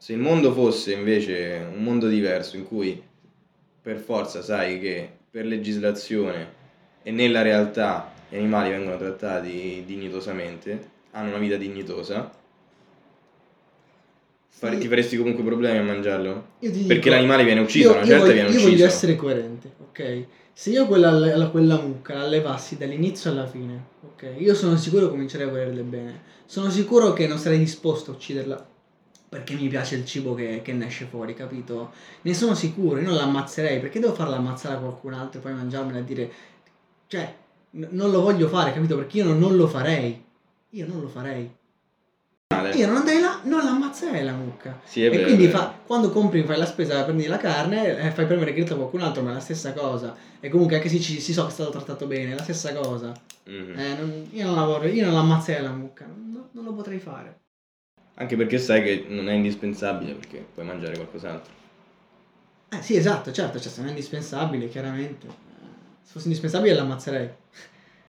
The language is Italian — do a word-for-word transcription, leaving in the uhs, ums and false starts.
Se il mondo fosse invece un mondo diverso, in cui per forza sai che per legislazione e nella realtà gli animali vengono trattati dignitosamente, hanno una vita dignitosa, fare- ti Sì. faresti comunque problemi a mangiarlo? Io ti Perché dico, l'animale viene ucciso, io, una io certa voglio, viene io voglio ucciso. essere coerente, ok? Se io quella, la- quella mucca la allevassi dall'inizio alla fine, ok? Io sono sicuro che comincerei a volerle bene. Sono sicuro che non sarei disposto a ucciderla perché mi piace il cibo che, che ne esce fuori, capito? Ne sono sicuro, io non l'ammazzerei, perché devo farla ammazzare a qualcun altro e poi mangiarmela e dire... Cioè, n- non lo voglio fare, capito? Perché io non, non lo farei. Io non lo farei. Io non andrei là, non l'ammazzerei la mucca. Sì, è E vero, quindi è vero. fa, quando compri, fai la spesa, prendi la carne, eh, fai premere grilletto a qualcun altro, ma è la stessa cosa. E comunque anche se ci, si so che è stato trattato bene, è la stessa cosa. Mhm. Eh, non- io non la vorrei, io non l'ammazzerei la mucca, non, non lo potrei fare. Anche perché sai che non è indispensabile, perché puoi mangiare qualcos'altro. Eh sì, esatto, certo, cioè se non è indispensabile, chiaramente. Eh, se fosse indispensabile l'ammazzerei.